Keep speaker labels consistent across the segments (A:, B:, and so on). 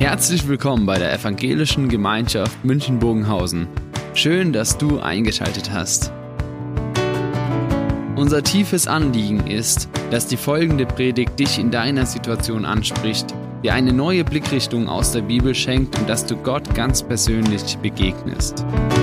A: Herzlich willkommen bei der Evangelischen Gemeinschaft München-Bogenhausen. Schön, dass du eingeschaltet hast. Unser tiefes Anliegen ist, dass die folgende Predigt dich in deiner Situation anspricht, dir eine neue Blickrichtung aus der Bibel schenkt und dass du Gott ganz persönlich begegnest.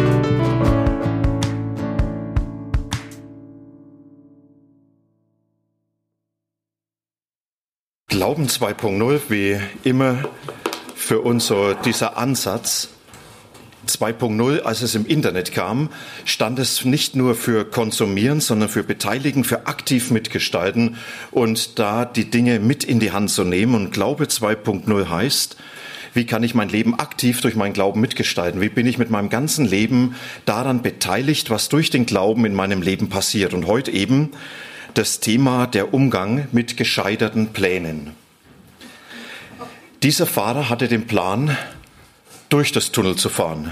B: Glauben 2.0, wie immer für uns so dieser Ansatz. 2.0, als es im Internet kam, stand es nicht nur für Konsumieren, sondern für Beteiligen, für aktiv mitgestalten und da die Dinge mit in die Hand zu nehmen. Und Glaube 2.0 heißt, wie kann ich mein Leben aktiv durch meinen Glauben mitgestalten? Wie bin ich mit meinem ganzen Leben daran beteiligt, was durch den Glauben in meinem Leben passiert? Und heute eben das Thema der Umgang mit gescheiterten Plänen. Dieser Fahrer hatte den Plan, durch das Tunnel zu fahren.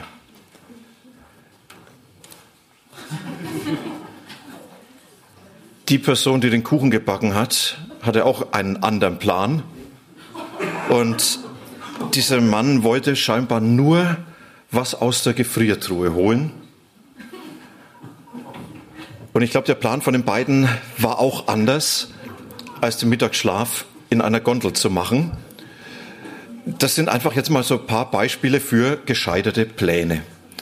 B: Die Person, die den Kuchen gebacken hat, hatte auch einen anderen Plan. Und dieser Mann wollte scheinbar nur was aus der Gefriertruhe holen. Und ich glaube, der Plan von den beiden war auch anders, als den Mittagsschlaf in einer Gondel zu machen. Das sind einfach jetzt mal so ein paar Beispiele für gescheiterte Pläne.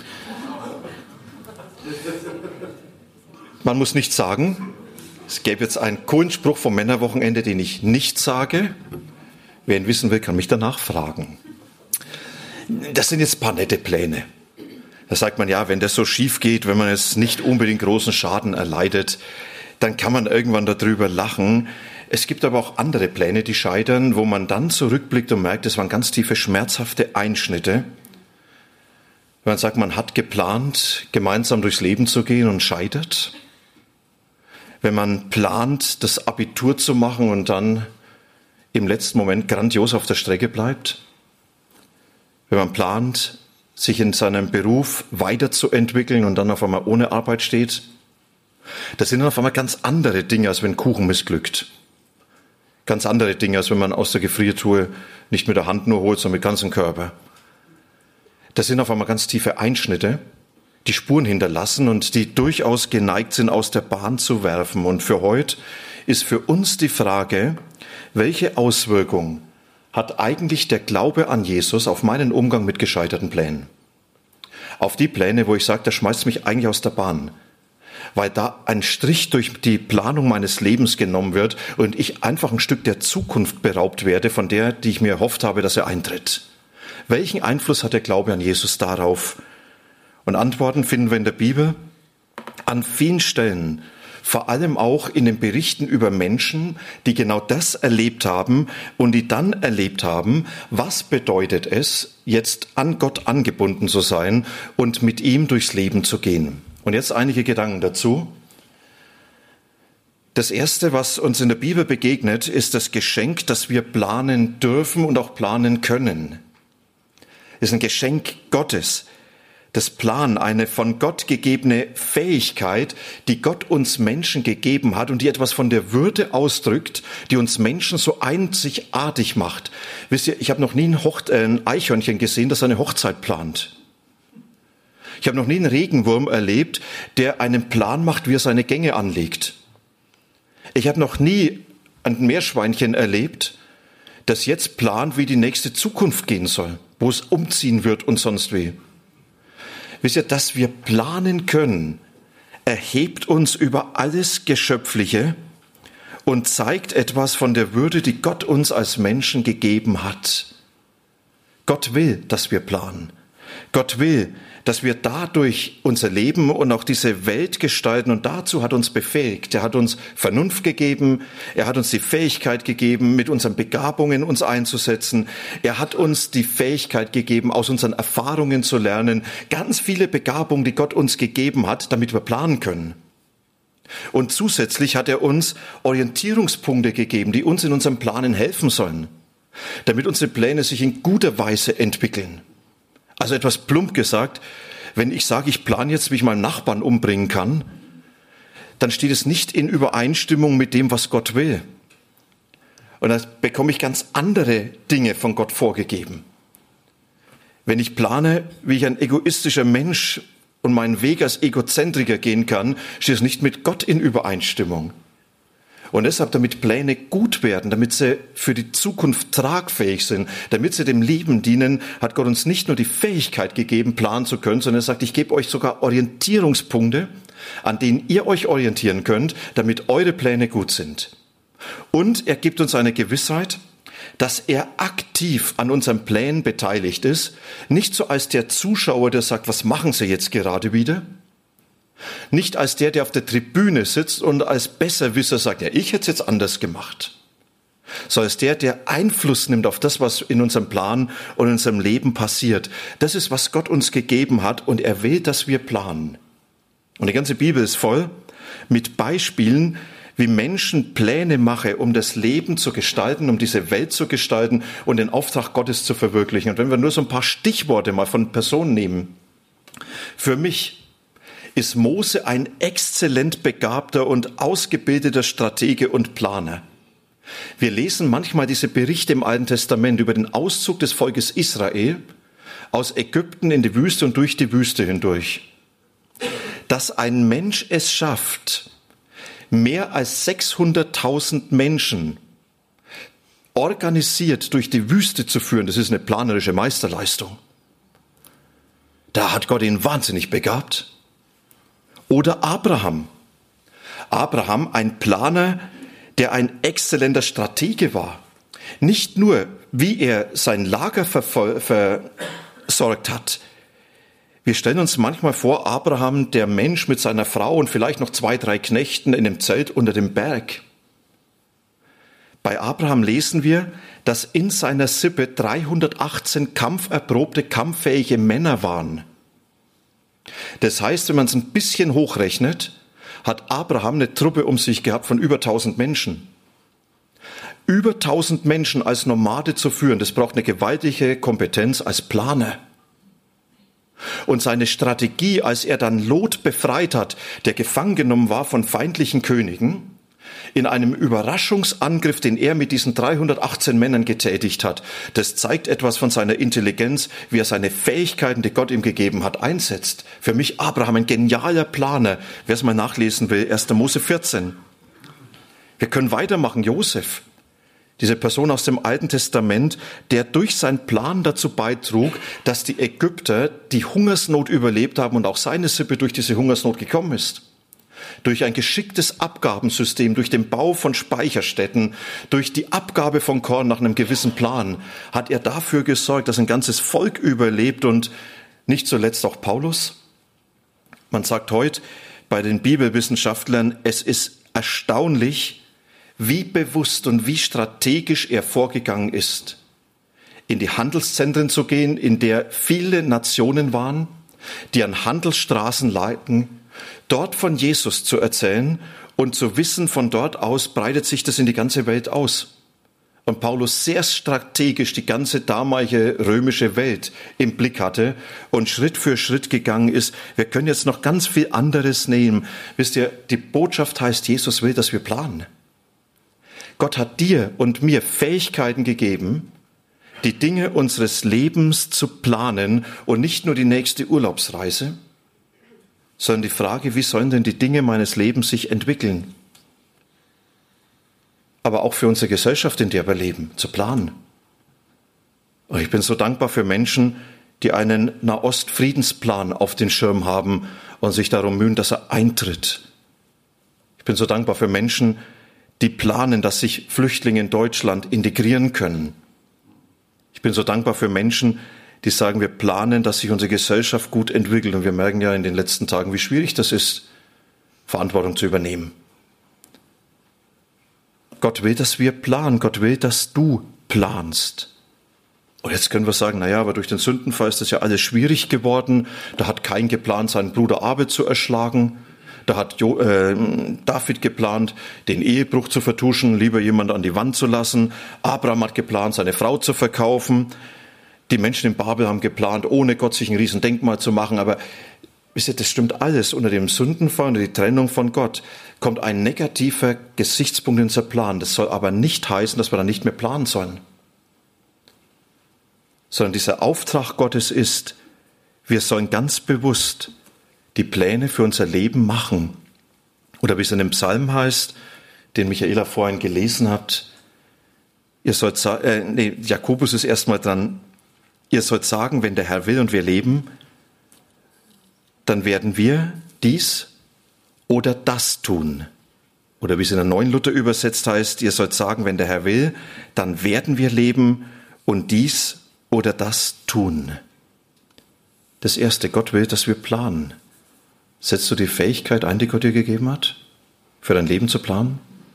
B: Man muss nichts sagen. Es gäbe jetzt einen coolen Spruch vom Männerwochenende, den ich nicht sage. Wer ihn wissen will, kann mich danach fragen. Das sind jetzt ein paar nette Pläne. Da sagt man, ja, wenn das so schief geht, wenn man jetzt nicht unbedingt großen Schaden erleidet, dann kann man irgendwann darüber lachen. Es gibt aber auch andere Pläne, die scheitern, wo man dann zurückblickt und merkt, es waren ganz tiefe, schmerzhafte Einschnitte. Wenn man sagt, man hat geplant, gemeinsam durchs Leben zu gehen und scheitert. Wenn man plant, das Abitur zu machen und dann im letzten Moment grandios auf der Strecke bleibt. Wenn man plant, sich in seinem Beruf weiterzuentwickeln und dann auf einmal ohne Arbeit steht. Das sind dann auf einmal ganz andere Dinge, als wenn Kuchen missglückt. Ganz andere Dinge, als wenn man aus der Gefriertruhe nicht mit der Hand nur holt, sondern mit ganzem Körper. Das sind auf einmal ganz tiefe Einschnitte, die Spuren hinterlassen und die durchaus geneigt sind, aus der Bahn zu werfen. Und für heute ist für uns die Frage, welche Auswirkung hat eigentlich der Glaube an Jesus auf meinen Umgang mit gescheiterten Plänen? Auf die Pläne, wo ich sage, das schmeißt mich eigentlich aus der Bahn. Weil da ein Strich durch die Planung meines Lebens genommen wird und ich einfach ein Stück der Zukunft beraubt werde, von der, die ich mir erhofft habe, dass er eintritt. Welchen Einfluss hat der Glaube an Jesus darauf? Und Antworten finden wir in der Bibel an vielen Stellen, vor allem auch in den Berichten über Menschen, die genau das erlebt haben und die dann erlebt haben, was bedeutet es, jetzt an Gott angebunden zu sein und mit ihm durchs Leben zu gehen. Und jetzt einige Gedanken dazu. Das Erste, was uns in der Bibel begegnet, ist das Geschenk, dass wir planen dürfen und auch planen können. Es ist ein Geschenk Gottes. Das Plan, eine von Gott gegebene Fähigkeit, die Gott uns Menschen gegeben hat und die etwas von der Würde ausdrückt, die uns Menschen so einzigartig macht. Wisst ihr, ich habe noch nie ein Eichhörnchen gesehen, das eine Hochzeit plant. Ich habe noch nie einen Regenwurm erlebt, der einen Plan macht, wie er seine Gänge anlegt. Ich habe noch nie ein Meerschweinchen erlebt, das jetzt plant, wie die nächste Zukunft gehen soll, wo es umziehen wird und sonst wie. Wisst ihr, dass wir planen können, erhebt uns über alles Geschöpfliche und zeigt etwas von der Würde, die Gott uns als Menschen gegeben hat. Gott will, dass wir planen. Gott will, dass wir dadurch unser Leben und auch diese Welt gestalten und dazu hat uns befähigt. Er hat uns Vernunft gegeben, er hat uns die Fähigkeit gegeben, mit unseren Begabungen uns einzusetzen. Er hat uns die Fähigkeit gegeben, aus unseren Erfahrungen zu lernen. Ganz viele Begabungen, die Gott uns gegeben hat, damit wir planen können. Und zusätzlich hat er uns Orientierungspunkte gegeben, die uns in unserem Planen helfen sollen, damit unsere Pläne sich in guter Weise entwickeln. Also etwas plump gesagt, wenn ich sage, ich plane jetzt, wie ich meinen Nachbarn umbringen kann, dann steht es nicht in Übereinstimmung mit dem, was Gott will. Und dann bekomme ich ganz andere Dinge von Gott vorgegeben. Wenn ich plane, wie ich ein egoistischer Mensch und meinen Weg als Egozentriker gehen kann, steht es nicht mit Gott in Übereinstimmung. Und deshalb, damit Pläne gut werden, damit sie für die Zukunft tragfähig sind, damit sie dem Leben dienen, hat Gott uns nicht nur die Fähigkeit gegeben, planen zu können, sondern er sagt, ich gebe euch sogar Orientierungspunkte, an denen ihr euch orientieren könnt, damit eure Pläne gut sind. Und er gibt uns eine Gewissheit, dass er aktiv an unseren Plänen beteiligt ist, nicht so als der Zuschauer, der sagt, was machen Sie jetzt gerade wieder? Nicht als der auf der Tribüne sitzt und als Besserwisser sagt, ja, ich hätte es jetzt anders gemacht. Sondern als der Einfluss nimmt auf das, was in unserem Plan und in unserem Leben passiert. Das ist, was Gott uns gegeben hat und er will, dass wir planen. Und die ganze Bibel ist voll mit Beispielen, wie Menschen Pläne machen, um das Leben zu gestalten, um diese Welt zu gestalten und den Auftrag Gottes zu verwirklichen. Und wenn wir nur so ein paar Stichworte mal von Personen nehmen. Für mich ist Mose ein exzellent begabter und ausgebildeter Stratege und Planer. Wir lesen manchmal diese Berichte im Alten Testament über den Auszug des Volkes Israel aus Ägypten in die Wüste und durch die Wüste hindurch. Dass ein Mensch es schafft, mehr als 600.000 Menschen organisiert durch die Wüste zu führen, das ist eine planerische Meisterleistung. Da hat Gott ihn wahnsinnig begabt. Oder Abraham. Abraham, ein Planer, der ein exzellenter Stratege war. Nicht nur, wie er sein Lager versorgt hat. Wir stellen uns manchmal vor, Abraham, der Mensch mit seiner Frau und vielleicht noch 2, 3 Knechten in dem Zelt unter dem Berg. Bei Abraham lesen wir, dass in seiner Sippe 318 kampferprobte, kampffähige Männer waren. Das heißt, wenn man es ein bisschen hochrechnet, hat Abraham eine Truppe um sich gehabt von über 1000 Menschen. Über 1000 Menschen als Nomade zu führen, das braucht eine gewaltige Kompetenz als Planer. Und seine Strategie, als er dann Lot befreit hat, der gefangen genommen war von feindlichen Königen, in einem Überraschungsangriff, den er mit diesen 318 Männern getätigt hat, das zeigt etwas von seiner Intelligenz, wie er seine Fähigkeiten, die Gott ihm gegeben hat, einsetzt. Für mich Abraham ein genialer Planer. Wer es mal nachlesen will, 1. Mose 14. Wir können weitermachen, Josef. Diese Person aus dem Alten Testament, der durch seinen Plan dazu beitrug, dass die Ägypter die Hungersnot überlebt haben und auch seine Sippe durch diese Hungersnot gekommen ist. Durch ein geschicktes Abgabensystem, durch den Bau von Speicherstätten, durch die Abgabe von Korn nach einem gewissen Plan, hat er dafür gesorgt, dass ein ganzes Volk überlebt und nicht zuletzt auch Paulus. Man sagt heute bei den Bibelwissenschaftlern, es ist erstaunlich, wie bewusst und wie strategisch er vorgegangen ist, in die Handelszentren zu gehen, in der viele Nationen waren, die an Handelsstraßen leiten, dort von Jesus zu erzählen und zu wissen, von dort aus breitet sich das in die ganze Welt aus. Und Paulus sehr strategisch die ganze damalige römische Welt im Blick hatte und Schritt für Schritt gegangen ist. Wir können jetzt noch ganz viel anderes nehmen. Wisst ihr, die Botschaft heißt, Jesus will, dass wir planen. Gott hat dir und mir Fähigkeiten gegeben, die Dinge unseres Lebens zu planen und nicht nur die nächste Urlaubsreise, sondern die Frage, wie sollen denn die Dinge meines Lebens sich entwickeln? Aber auch für unsere Gesellschaft, in der wir leben, zu planen. Und ich bin so dankbar für Menschen, die einen Nahost-Friedensplan auf den Schirm haben und sich darum mühen, dass er eintritt. Ich bin so dankbar für Menschen, die planen, dass sich Flüchtlinge in Deutschland integrieren können. Ich bin so dankbar für Menschen, die sagen, wir planen, dass sich unsere Gesellschaft gut entwickelt. Und wir merken ja in den letzten Tagen, wie schwierig das ist, Verantwortung zu übernehmen. Gott will, dass wir planen. Gott will, dass du planst. Und jetzt können wir sagen, naja, aber durch den Sündenfall ist das ja alles schwierig geworden. Da hat Kain geplant, seinen Bruder Abel zu erschlagen. Da hat David geplant, den Ehebruch zu vertuschen, lieber jemand an die Wand zu lassen. Abraham hat geplant, seine Frau zu verkaufen. Die Menschen in Babel haben geplant, ohne Gott sich ein Riesendenkmal zu machen. Aber wisst ihr, das stimmt alles. Unter dem Sündenfall, unter die Trennung von Gott, kommt ein negativer Gesichtspunkt in unser Plan. Das soll aber nicht heißen, dass wir dann nicht mehr planen sollen. sondern dieser Auftrag Gottes ist, wir sollen ganz bewusst die Pläne für unser Leben machen. Oder wie es in dem Psalm heißt, den Michaela vorhin gelesen hat, Jakobus ist erstmal dran, ihr sollt sagen, wenn der Herr will und wir leben, dann werden wir dies oder das tun. Oder wie es in der Neuen Luther übersetzt heißt, ihr sollt sagen, wenn der Herr will, dann werden wir leben und dies oder das tun. Das Erste, Gott will, dass wir planen. Setzt du die Fähigkeit ein, die Gott dir gegeben hat, für dein Leben zu planen?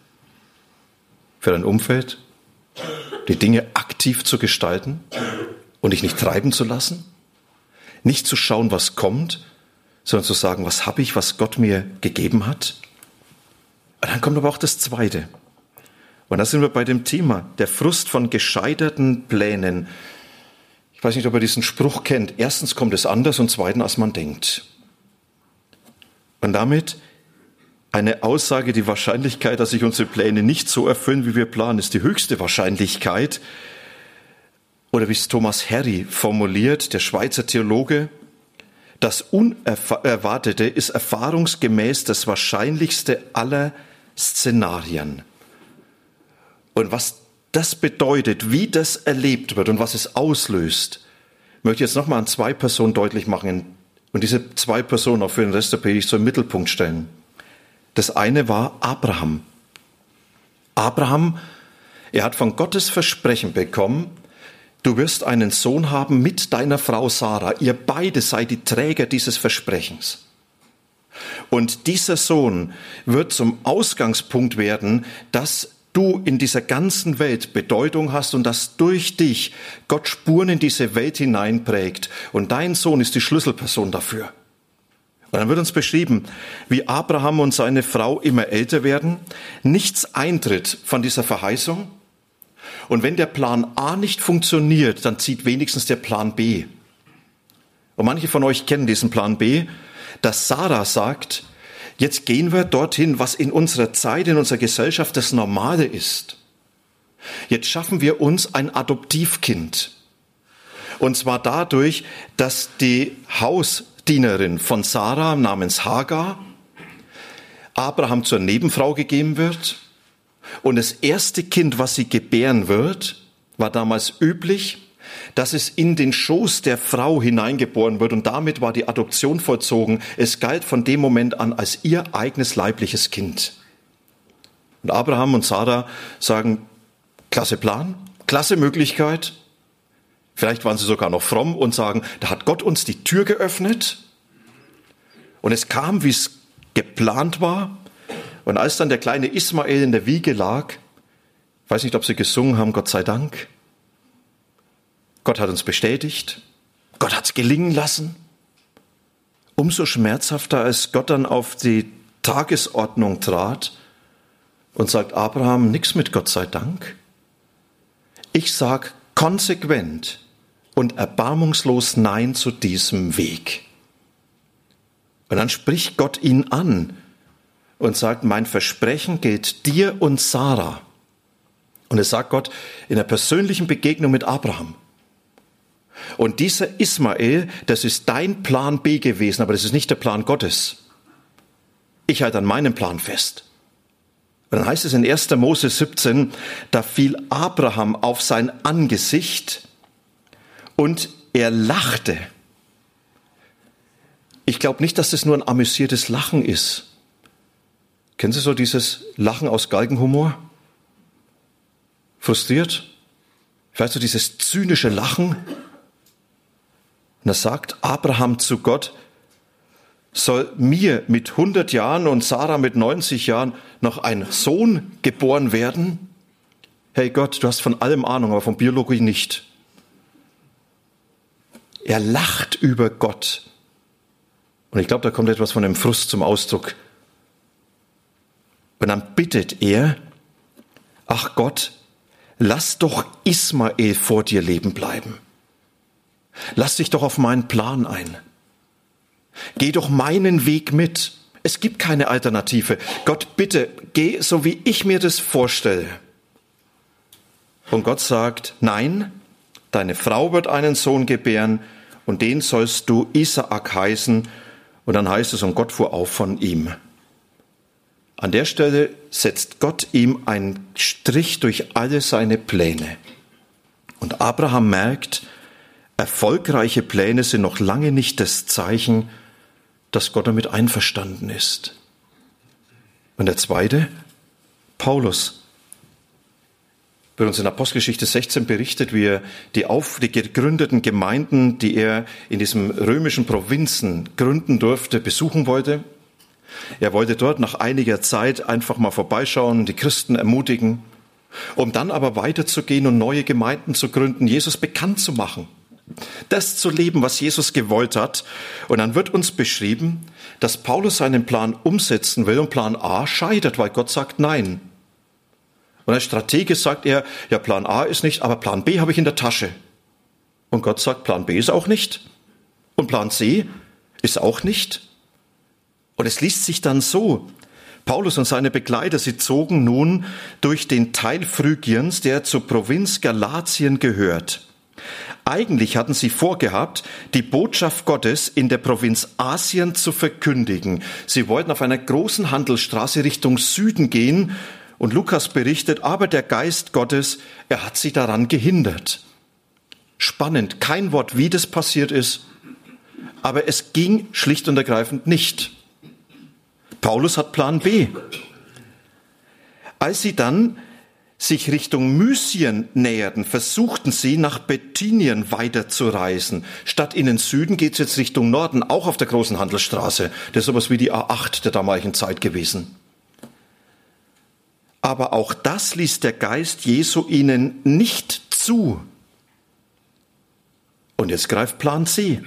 B: Für dein Umfeld? Die Dinge aktiv zu gestalten und dich nicht treiben zu lassen? Nicht zu schauen, was kommt, sondern zu sagen, was habe ich, was Gott mir gegeben hat? Und dann kommt aber auch das Zweite. Und da sind wir bei dem Thema, der Frust von gescheiterten Plänen. Ich weiß nicht, ob ihr diesen Spruch kennt. Erstens kommt es anders und zweitens, als man denkt. Und damit eine Aussage, die Wahrscheinlichkeit, dass sich unsere Pläne nicht so erfüllen, wie wir planen, ist die höchste Wahrscheinlichkeit. Oder wie es Thomas Harry formuliert, der Schweizer Theologe, das Unerwartete ist erfahrungsgemäß das Wahrscheinlichste aller Szenarien. Und was das bedeutet, wie das erlebt wird und was es auslöst, möchte ich jetzt nochmal an 2 Personen deutlich machen und diese 2 Personen auch für den Rest der Predigt so im Mittelpunkt stellen. Das eine war Abraham. Abraham, er hat von Gottes Versprechen bekommen, du wirst einen Sohn haben mit deiner Frau Sarah. Ihr beide seid die Träger dieses Versprechens. Und dieser Sohn wird zum Ausgangspunkt werden, dass du in dieser ganzen Welt Bedeutung hast und dass durch dich Gott Spuren in diese Welt hineinprägt. Und dein Sohn ist die Schlüsselperson dafür. Und dann wird uns beschrieben, wie Abraham und seine Frau immer älter werden. Nichts eintritt von dieser Verheißung. Und wenn der Plan A nicht funktioniert, dann zieht wenigstens der Plan B. Und manche von euch kennen diesen Plan B, dass Sarah sagt, jetzt gehen wir dorthin, was in unserer Zeit, in unserer Gesellschaft das Normale ist. Jetzt schaffen wir uns ein Adoptivkind. Und zwar dadurch, dass die Hausdienerin von Sarah namens Hagar Abraham zur Nebenfrau gegeben wird. Und das erste Kind, was sie gebären wird, war damals üblich, dass es in den Schoß der Frau hineingeboren wird. Und damit war die Adoption vollzogen. Es galt von dem Moment an als ihr eigenes leibliches Kind. Und Abraham und Sarah sagen, klasse Plan, klasse Möglichkeit. Vielleicht waren sie sogar noch fromm und sagen, da hat Gott uns die Tür geöffnet. Und es kam, wie es geplant war. Und als dann der kleine Ismael in der Wiege lag, ich weiß nicht, ob sie gesungen haben, Gott sei Dank. Gott hat uns bestätigt. Gott hat es gelingen lassen. Umso schmerzhafter, als Gott dann auf die Tagesordnung trat und sagt, Abraham, nix mit Gott sei Dank. Ich sag konsequent und erbarmungslos Nein zu diesem Weg. Und dann spricht Gott ihn an und sagt, mein Versprechen gilt dir und Sarah. Und es sagt Gott in der persönlichen Begegnung mit Abraham. Und dieser Ismael, das ist dein Plan B gewesen, aber das ist nicht der Plan Gottes. Ich halte an meinem Plan fest. Und dann heißt es in 1. Mose 17, da fiel Abraham auf sein Angesicht und er lachte. Ich glaube nicht, dass das nur ein amüsiertes Lachen ist. Kennen Sie so dieses Lachen aus Galgenhumor? Frustriert? Vielleicht so dieses zynische Lachen? Und da sagt Abraham zu Gott, soll mir mit 100 Jahren und Sarah mit 90 Jahren noch ein Sohn geboren werden? Hey Gott, du hast von allem Ahnung, aber von Biologie nicht. Er lacht über Gott. Und ich glaube, da kommt etwas von dem Frust zum Ausdruck. Und dann bittet er, ach Gott, lass doch Ismael vor dir leben bleiben. Lass dich doch auf meinen Plan ein. Geh doch meinen Weg mit. Es gibt keine Alternative. Gott, bitte, geh so, wie ich mir das vorstelle. Und Gott sagt, nein, deine Frau wird einen Sohn gebären und den sollst du Isaak heißen. Und dann heißt es, und Gott fuhr auf von ihm. An der Stelle setzt Gott ihm einen Strich durch alle seine Pläne. Und Abraham merkt, erfolgreiche Pläne sind noch lange nicht das Zeichen, dass Gott damit einverstanden ist. Und der zweite, Paulus, wird uns in Apostelgeschichte 16 berichtet, wie er die gegründeten Gemeinden, die er in diesen römischen Provinzen gründen durfte, besuchen wollte. Er wollte dort nach einiger Zeit einfach mal vorbeischauen, die Christen ermutigen, um dann aber weiterzugehen und neue Gemeinden zu gründen, Jesus bekannt zu machen. Das zu leben, was Jesus gewollt hat. Und dann wird uns beschrieben, dass Paulus seinen Plan umsetzen will und Plan A scheitert, weil Gott sagt Nein. Und als Stratege sagt er, ja, Plan A ist nicht, aber Plan B habe ich in der Tasche. Und Gott sagt, Plan B ist auch nicht. Und Plan C ist auch nicht. Und es liest sich dann so. Paulus und seine Begleiter, sie zogen nun durch den Teil Phrygiens, der zur Provinz Galatien gehört. Eigentlich hatten sie vorgehabt, die Botschaft Gottes in der Provinz Asien zu verkündigen. Sie wollten auf einer großen Handelsstraße Richtung Süden gehen. Und Lukas berichtet, aber der Geist Gottes, er hat sie daran gehindert. Spannend, kein Wort, wie das passiert ist, aber es ging schlicht und ergreifend nicht. Paulus hat Plan B. Als sie dann sich Richtung Mysien näherten, versuchten sie, nach Bithynien weiterzureisen. Statt in den Süden geht es jetzt Richtung Norden, auch auf der großen Handelsstraße. Das ist sowas wie die A8 der damaligen Zeit gewesen. Aber auch das ließ der Geist Jesu ihnen nicht zu. Und jetzt greift Plan C.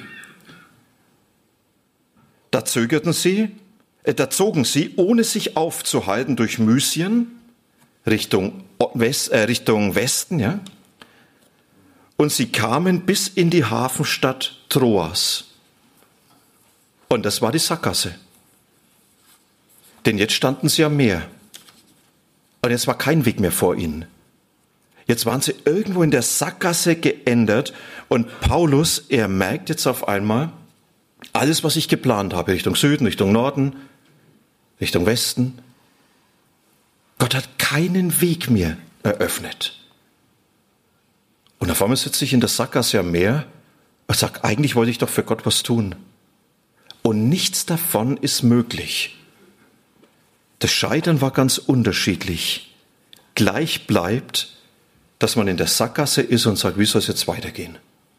B: Da zogen sie, ohne sich aufzuhalten, durch Mysien Richtung Westen, ja. Und sie kamen bis in die Hafenstadt Troas. Und das war die Sackgasse. Denn jetzt standen sie am Meer. Und jetzt war kein Weg mehr vor ihnen. Jetzt waren sie irgendwo in der Sackgasse geendet und Paulus, er merkt jetzt auf einmal, alles, was ich geplant habe, Richtung Süden, Richtung Norden, Richtung Westen, Gott hat keinen Weg mehr eröffnet. Und auf einmal sitze ich in der Sackgasse am Meer und sage, eigentlich wollte ich doch für Gott was tun. Und nichts davon ist möglich. Das Scheitern war ganz unterschiedlich. Gleich bleibt, dass man in der Sackgasse ist und sagt, wie soll es jetzt weitergehen?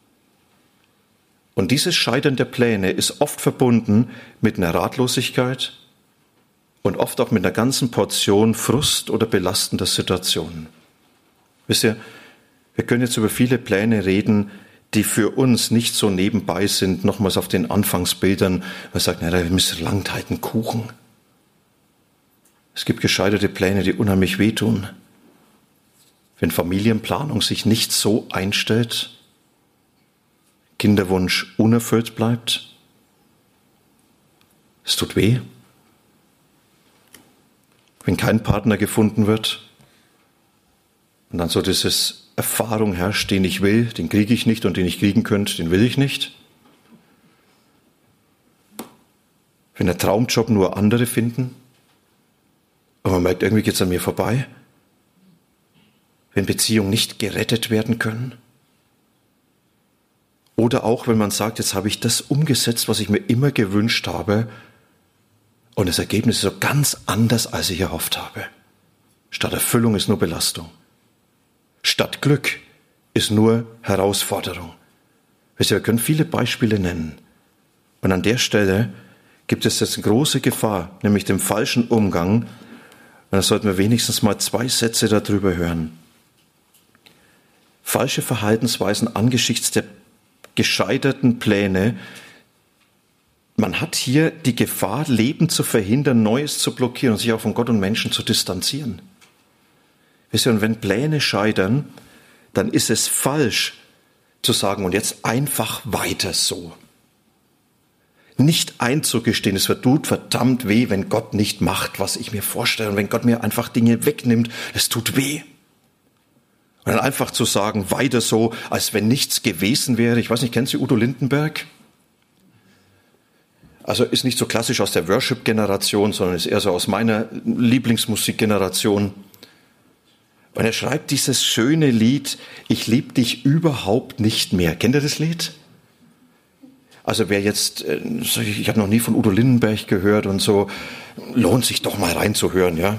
B: Und dieses Scheitern der Pläne ist oft verbunden mit einer Ratlosigkeit und oft auch mit einer ganzen Portion Frust oder belastender Situationen. Wisst ihr, wir können jetzt über viele Pläne reden, die für uns nicht so nebenbei sind. Nochmals auf den Anfangsbildern, man sagt, naja, wir müssen langt halt einen Kuchen. Es gibt gescheiterte Pläne, die unheimlich wehtun. Wenn Familienplanung sich nicht so einstellt, Kinderwunsch unerfüllt bleibt, es tut weh. Wenn kein Partner gefunden wird und dann so dieses Erfahrung herrscht, den ich will, den kriege ich nicht und den ich kriegen könnte, den will ich nicht. Wenn der Traumjob nur andere finden, aber man merkt, irgendwie geht es an mir vorbei. Wenn Beziehungen nicht gerettet werden können. Oder auch, wenn man sagt, jetzt habe ich das umgesetzt, was ich mir immer gewünscht habe. Und das Ergebnis ist so ganz anders, als ich erhofft habe. Statt Erfüllung ist nur Belastung. Statt Glück ist nur Herausforderung. Wir können viele Beispiele nennen. Und an der Stelle gibt es jetzt eine große Gefahr, nämlich den falschen Umgang. Und da sollten wir wenigstens mal 2 Sätze darüber hören. Falsche Verhaltensweisen angesichts der gescheiterten Pläne. Man hat hier die Gefahr, Leben zu verhindern, Neues zu blockieren und sich auch von Gott und Menschen zu distanzieren. Wisst ihr, und wenn Pläne scheitern, dann ist es falsch zu sagen, und jetzt einfach weiter so. Nicht einzugestehen, es tut verdammt weh, wenn Gott nicht macht, was ich mir vorstelle. Und wenn Gott mir einfach Dinge wegnimmt, es tut weh. Und dann einfach zu sagen, weiter so, als wenn nichts gewesen wäre. Ich weiß nicht, kennen Sie Udo Lindenberg? Also ist nicht so klassisch aus der Worship-Generation, sondern ist eher so aus meiner Lieblingsmusikgeneration. Und er schreibt dieses schöne Lied, ich lieb dich überhaupt nicht mehr. Kennt ihr das Lied? Also wer jetzt, ich habe noch nie von Udo Lindenberg gehört und so, lohnt sich doch mal reinzuhören, ja.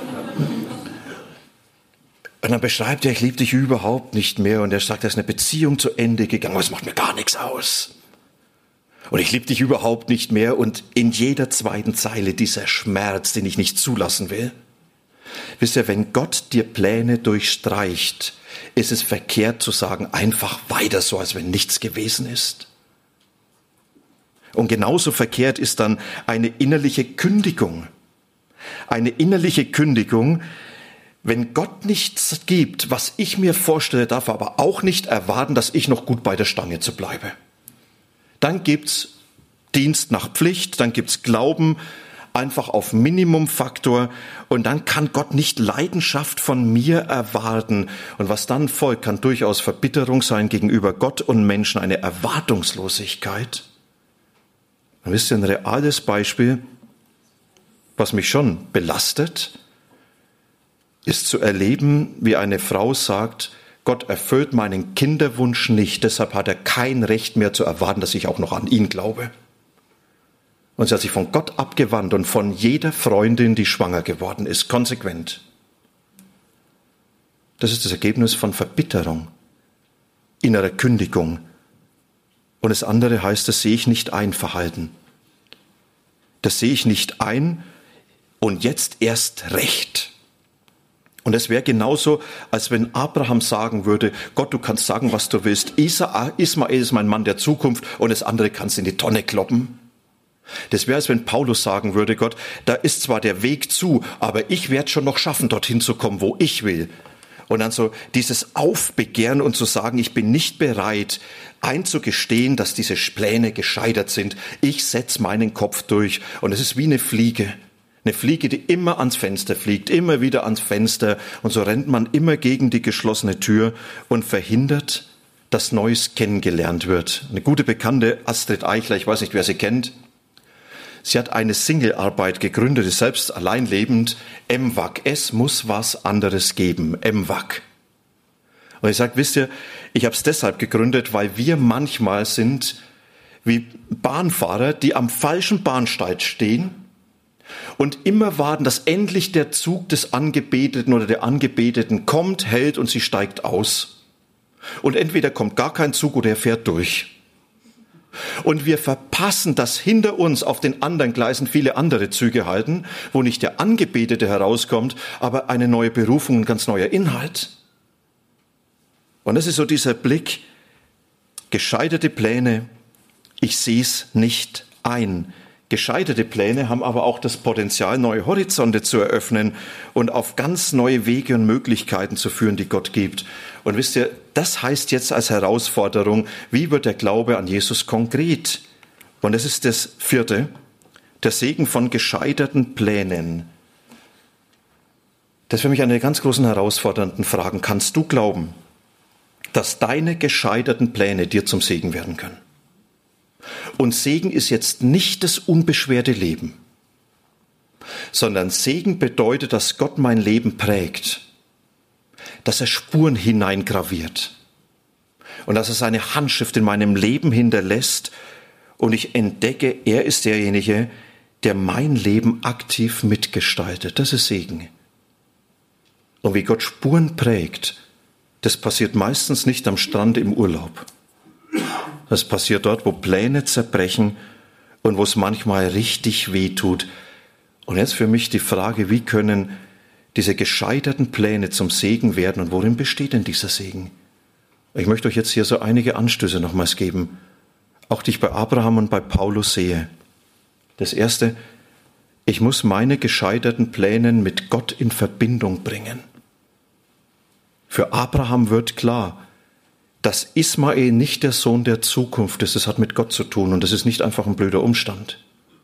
B: Und dann beschreibt er, ich liebe dich überhaupt nicht mehr. Und er sagt, da ist eine Beziehung zu Ende gegangen, aber es macht mir gar nichts aus. Und ich liebe dich überhaupt nicht mehr. Und in jeder zweiten Zeile dieser Schmerz, den ich nicht zulassen will. Wisst ihr, wenn Gott dir Pläne durchstreicht, ist es verkehrt zu sagen, einfach weiter so, als wenn nichts gewesen ist. Und genauso verkehrt ist dann eine innerliche Kündigung. Eine innerliche Kündigung, wenn Gott nichts gibt, was ich mir vorstelle, darf er aber auch nicht erwarten, dass ich noch gut bei der Stange zu bleibe. Dann gibt's Dienst nach Pflicht, dann gibt's Glauben einfach auf Minimumfaktor und dann kann Gott nicht Leidenschaft von mir erwarten. Und was dann folgt, kann durchaus Verbitterung sein gegenüber Gott und Menschen, eine Erwartungslosigkeit. Dann wisst ihr, ein reales Beispiel, was mich schon belastet, ist zu erleben, wie eine Frau sagt, Gott erfüllt meinen Kinderwunsch nicht, deshalb hat er kein Recht mehr zu erwarten, dass ich auch noch an ihn glaube. Und sie hat sich von Gott abgewandt und von jeder Freundin, die schwanger geworden ist, konsequent. Das ist das Ergebnis von Verbitterung, innerer Kündigung. Und das andere heißt, das sehe ich nicht ein, Verhalten. Das sehe ich nicht ein und jetzt erst recht. Und es wäre genauso, als wenn Abraham sagen würde, Gott, du kannst sagen, was du willst. Ismael ist mein Mann der Zukunft und das andere kannst du in die Tonne kloppen. Das wäre, als wenn Paulus sagen würde, Gott, da ist zwar der Weg zu, aber ich werde schon noch schaffen, dorthin zu kommen, wo ich will. Und dann so dieses Aufbegehren und zu sagen, ich bin nicht bereit, einzugestehen, dass diese Pläne gescheitert sind. Ich setze meinen Kopf durch und es ist wie eine Fliege. Eine Fliege, die immer ans Fenster fliegt, immer wieder ans Fenster. Und so rennt man immer gegen die geschlossene Tür und verhindert, dass Neues kennengelernt wird. Eine gute Bekannte, Astrid Eichler, ich weiß nicht, wer sie kennt. Sie hat eine Singlearbeit gegründet, ist selbst alleinlebend. MWAG, es muss was anderes geben. MWAG. Und ich sage, wisst ihr, ich habe es deshalb gegründet, weil wir manchmal sind wie Bahnfahrer, die am falschen Bahnsteig stehen und immer warten, dass endlich der Zug des Angebeteten oder der Angebeteten kommt, hält und sie steigt aus. Und entweder kommt gar kein Zug oder er fährt durch. Und wir verpassen, dass hinter uns auf den anderen Gleisen viele andere Züge halten, wo nicht der Angebetete herauskommt, aber eine neue Berufung, ein ganz neuer Inhalt. Und das ist so dieser Blick, gescheiterte Pläne, ich sehe es nicht ein. Gescheiterte Pläne haben aber auch das Potenzial, neue Horizonte zu eröffnen und auf ganz neue Wege und Möglichkeiten zu führen, die Gott gibt. Und wisst ihr, das heißt jetzt als Herausforderung, wie wird der Glaube an Jesus konkret? Und das ist das vierte, der Segen von gescheiterten Plänen. Das ist für mich eine der ganz großen herausfordernden Fragen. Kannst du glauben, dass deine gescheiterten Pläne dir zum Segen werden können? Und Segen ist jetzt nicht das unbeschwerte Leben, sondern Segen bedeutet, dass Gott mein Leben prägt, dass er Spuren hineingraviert und dass er seine Handschrift in meinem Leben hinterlässt und ich entdecke, er ist derjenige, der mein Leben aktiv mitgestaltet. Das ist Segen. Und wie Gott Spuren prägt, das passiert meistens nicht am Strand im Urlaub. Das passiert dort, wo Pläne zerbrechen und wo es manchmal richtig weh tut. Und jetzt für mich die Frage, wie können diese gescheiterten Pläne zum Segen werden und worin besteht denn dieser Segen? Ich möchte euch jetzt hier so einige Anstöße nochmals geben, auch die ich bei Abraham und bei Paulus sehe. Das erste, ich muss meine gescheiterten Pläne mit Gott in Verbindung bringen. Für Abraham wird klar, dass Ismael nicht der Sohn der Zukunft ist, das hat mit Gott zu tun und das ist nicht einfach ein blöder Umstand.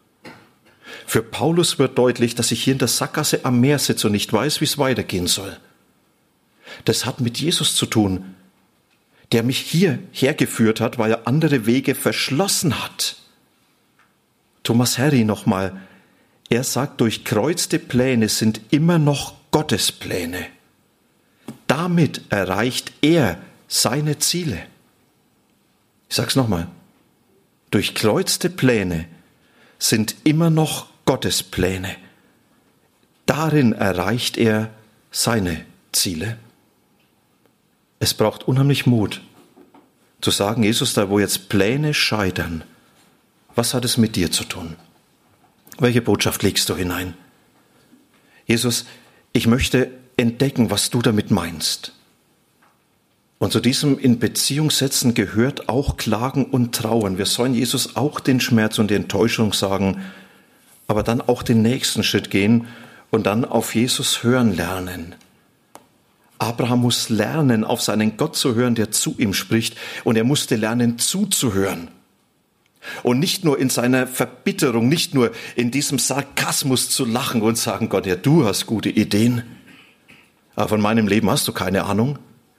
B: Für Paulus wird deutlich, dass ich hier in der Sackgasse am Meer sitze und nicht weiß, wie es weitergehen soll. Das hat mit Jesus zu tun, der mich hierher geführt hat, weil er andere Wege verschlossen hat. Thomas Harry nochmal, er sagt, durchkreuzte Pläne sind immer noch Gottes Pläne. Damit erreicht er seine Ziele. Ich sage es nochmal, durchkreuzte Pläne sind immer noch Gottes Pläne. Darin erreicht er seine Ziele. Es braucht unheimlich Mut, zu sagen, Jesus, da wo jetzt Pläne scheitern, was hat es mit dir zu tun? Welche Botschaft legst du hinein? Jesus, ich möchte entdecken, was du damit meinst. Und zu diesem in Beziehung setzen gehört auch Klagen und Trauern. Wir sollen Jesus auch den Schmerz und die Enttäuschung sagen, aber dann auch den nächsten Schritt gehen und dann auf Jesus hören lernen. Abraham muss lernen, auf seinen Gott zu hören, der zu ihm spricht, und er musste lernen, zuzuhören. Und nicht nur in seiner Verbitterung, nicht nur in diesem Sarkasmus zu lachen und sagen, Gott, ja, du hast gute Ideen, aber von meinem Leben hast du keine Ahnung.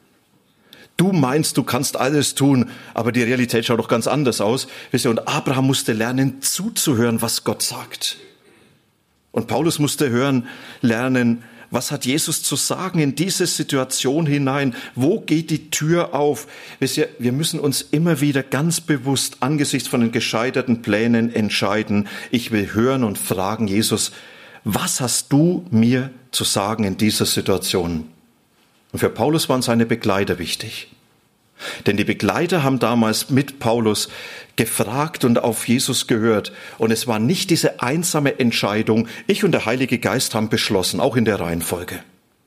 B: Du meinst, du kannst alles tun, aber die Realität schaut doch ganz anders aus. Und Abraham musste lernen, zuzuhören, was Gott sagt. Und Paulus musste lernen, was hat Jesus zu sagen in diese Situation hinein? Wo geht die Tür auf? Wir müssen uns immer wieder ganz bewusst angesichts von den gescheiterten Plänen entscheiden. Ich will hören und fragen, Jesus, was hast du mir zu sagen in dieser Situation? Und für Paulus waren seine Begleiter wichtig. Denn die Begleiter haben damals mit Paulus gefragt und auf Jesus gehört. Und es war nicht diese einsame Entscheidung, ich und der Heilige Geist haben beschlossen, auch in der Reihenfolge.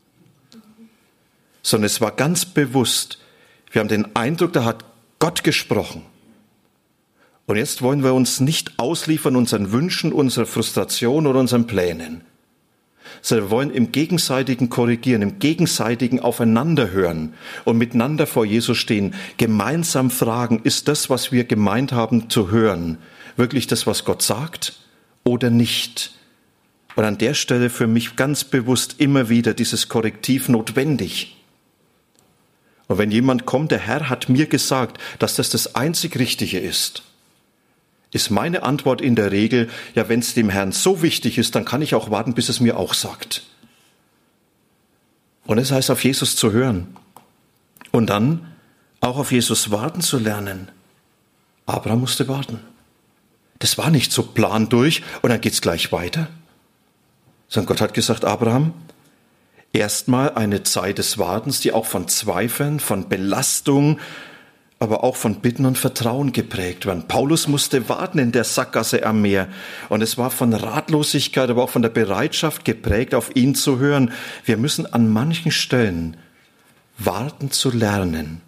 B: Sondern es war ganz bewusst, wir haben den Eindruck, da hat Gott gesprochen. Und jetzt wollen wir uns nicht ausliefern unseren Wünschen, unserer Frustration oder unseren Plänen, sondern wir wollen im gegenseitigen Korrigieren, im gegenseitigen Aufeinanderhören und miteinander vor Jesus stehen, gemeinsam fragen, ist das, was wir gemeint haben zu hören, wirklich das, was Gott sagt oder nicht? Und an der Stelle für mich ganz bewusst immer wieder dieses Korrektiv notwendig. Und wenn jemand kommt, der Herr hat mir gesagt, dass das einzig Richtige ist meine Antwort in der Regel, ja, wenn es dem Herrn so wichtig ist, dann kann ich auch warten, bis es mir auch sagt. Und es heißt, auf Jesus zu hören und dann auch auf Jesus warten zu lernen. Abraham musste warten. Das war nicht so Plan durch und dann geht's gleich weiter. Sondern Gott hat gesagt, Abraham, erstmal eine Zeit des Wartens, die auch von Zweifeln, von Belastung, aber auch von Bitten und Vertrauen geprägt werden. Paulus musste warten in der Sackgasse am Meer. Und es war von Ratlosigkeit, aber auch von der Bereitschaft geprägt, auf ihn zu hören. Wir müssen an manchen Stellen warten zu lernen.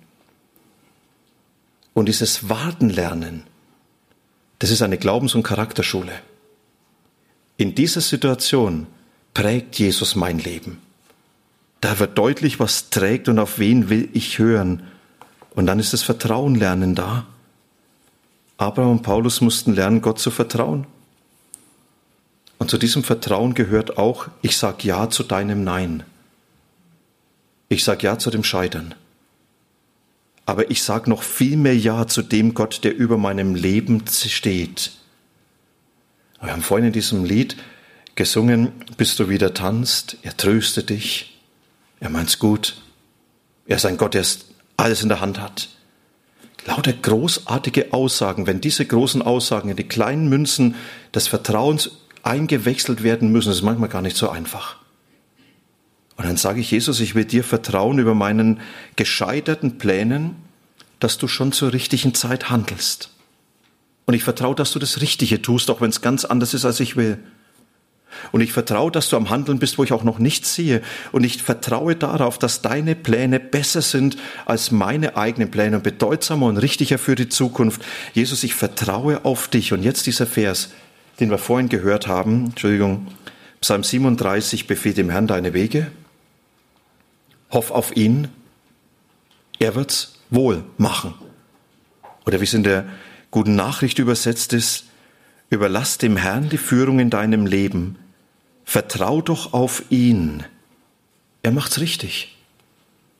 B: Und dieses Warten lernen, das ist eine Glaubens- und Charakterschule. In dieser Situation prägt Jesus mein Leben. Da wird deutlich, was trägt und auf wen will ich hören. Und dann ist das Vertrauen lernen da. Abraham und Paulus mussten lernen, Gott zu vertrauen. Und zu diesem Vertrauen gehört auch, ich sage Ja zu deinem Nein. Ich sage Ja zu dem Scheitern. Aber ich sage noch viel mehr Ja zu dem Gott, der über meinem Leben steht. Wir haben vorhin in diesem Lied gesungen, bis du wieder tanzt, er tröstet dich, er meint's gut, er ist ein Gott, der alles in der Hand hat. Lauter großartige Aussagen, wenn diese großen Aussagen in die kleinen Münzen des Vertrauens eingewechselt werden müssen, ist manchmal gar nicht so einfach. Und dann sage ich, Jesus, ich will dir vertrauen über meinen gescheiterten Plänen, dass du schon zur richtigen Zeit handelst. Und ich vertraue, dass du das Richtige tust, auch wenn es ganz anders ist, als ich will. Und ich vertraue, dass du am Handeln bist, wo ich auch noch nichts sehe. Und ich vertraue darauf, dass deine Pläne besser sind als meine eigenen Pläne und bedeutsamer und richtiger für die Zukunft. Jesus, ich vertraue auf dich. Und jetzt dieser Vers, den wir vorhin gehört haben, Psalm 37, befehl dem Herrn deine Wege. Hoff auf ihn. Er wird's wohl machen. Oder wie es in der Guten Nachricht übersetzt ist, überlass dem Herrn die Führung in deinem Leben. Vertrau doch auf ihn. Er macht's richtig.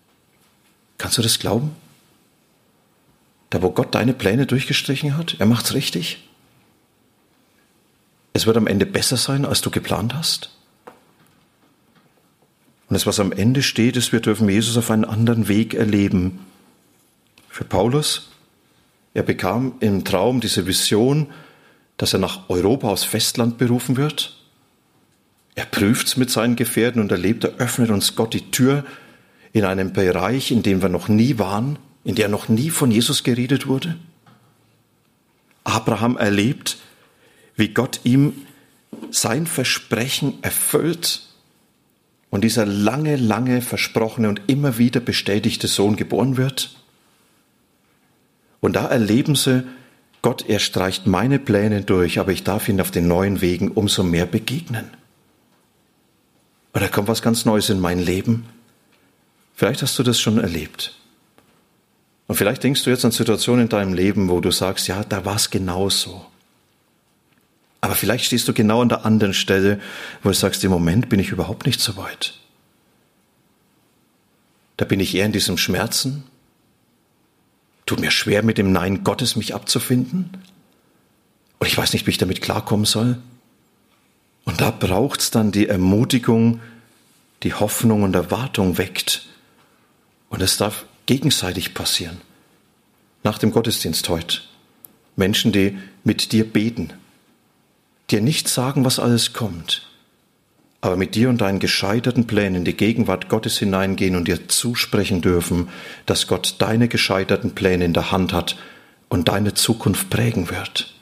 B: Kannst du das glauben? Da, wo Gott deine Pläne durchgestrichen hat, er macht's richtig. Es wird am Ende besser sein, als du geplant hast. Und das, was am Ende steht, ist, wir dürfen Jesus auf einen anderen Weg erleben. Für Paulus, er bekam im Traum diese Vision, dass er nach Europa aufs Festland berufen wird. Er prüft es mit seinen Gefährten und erlebt, er öffnet uns Gott die Tür in einem Bereich, in dem wir noch nie waren, in der noch nie von Jesus geredet wurde. Abraham erlebt, wie Gott ihm sein Versprechen erfüllt und dieser lange, lange versprochene und immer wieder bestätigte Sohn geboren wird. Und da erleben sie, Gott, er streicht meine Pläne durch, aber ich darf ihm auf den neuen Wegen umso mehr begegnen. Und da kommt was ganz Neues in mein Leben. Vielleicht hast du das schon erlebt. Und vielleicht denkst du jetzt an Situationen in deinem Leben, wo du sagst, ja, da war es genauso. Aber vielleicht stehst du genau an der anderen Stelle, wo du sagst, im Moment bin ich überhaupt nicht so weit. Da bin ich eher in diesem Schmerzen. Tut mir schwer, mit dem Nein Gottes mich abzufinden. Und ich weiß nicht, wie ich damit klarkommen soll. Und da braucht es dann die Ermutigung, die Hoffnung und Erwartung weckt. Und es darf gegenseitig passieren. Nach dem Gottesdienst heute. Menschen, die mit dir beten, dir nicht sagen, was alles kommt, aber mit dir und deinen gescheiterten Plänen in die Gegenwart Gottes hineingehen und dir zusprechen dürfen, dass Gott deine gescheiterten Pläne in der Hand hat und deine Zukunft prägen wird.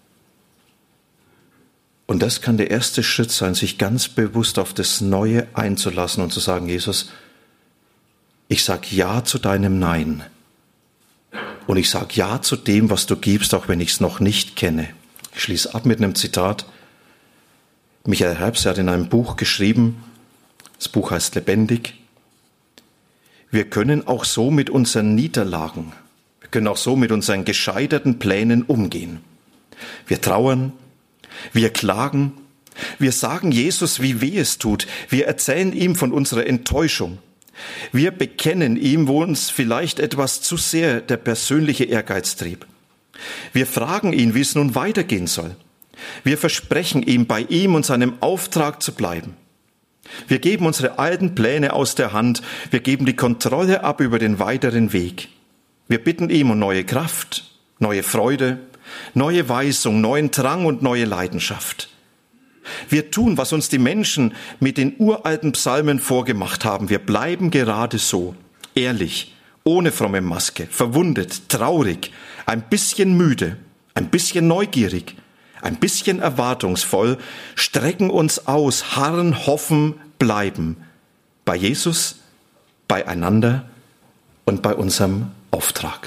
B: Und das kann der erste Schritt sein, sich ganz bewusst auf das Neue einzulassen und zu sagen, Jesus, ich sage Ja zu deinem Nein. Und ich sage Ja zu dem, was du gibst, auch wenn ich es noch nicht kenne. Ich schließe ab mit einem Zitat. Michael Herbst hat in einem Buch geschrieben, das Buch heißt Lebendig. Wir können auch so mit unseren Niederlagen, wir können auch so mit unseren gescheiterten Plänen umgehen. Wir trauern, wir klagen, wir sagen Jesus, wie weh es tut. Wir erzählen ihm von unserer Enttäuschung. Wir bekennen ihm, wo uns vielleicht etwas zu sehr der persönliche Ehrgeiz trieb. Wir fragen ihn, wie es nun weitergehen soll. Wir versprechen ihm, bei ihm und seinem Auftrag zu bleiben. Wir geben unsere alten Pläne aus der Hand. Wir geben die Kontrolle ab über den weiteren Weg. Wir bitten ihm um neue Kraft, neue Freude, neue Weisung, neuen Drang und neue Leidenschaft. Wir tun, was uns die Menschen mit den uralten Psalmen vorgemacht haben. Wir bleiben gerade so, ehrlich, ohne fromme Maske, verwundet, traurig, ein bisschen müde, ein bisschen neugierig, ein bisschen erwartungsvoll, strecken uns aus, harren, hoffen, bleiben. Bei Jesus, beieinander und bei unserem Auftrag.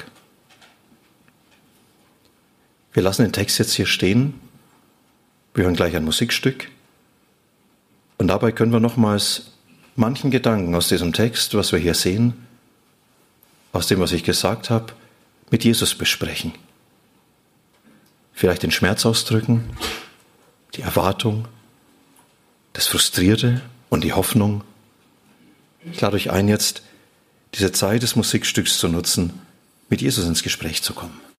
B: Wir lassen den Text jetzt hier stehen. Wir hören gleich ein Musikstück. Und dabei können wir nochmals manchen Gedanken aus diesem Text, was wir hier sehen, aus dem, was ich gesagt habe, mit Jesus besprechen. Vielleicht den Schmerz ausdrücken, die Erwartung, das Frustrierte und die Hoffnung. Ich lade euch ein, jetzt diese Zeit des Musikstücks zu nutzen, mit Jesus ins Gespräch zu kommen.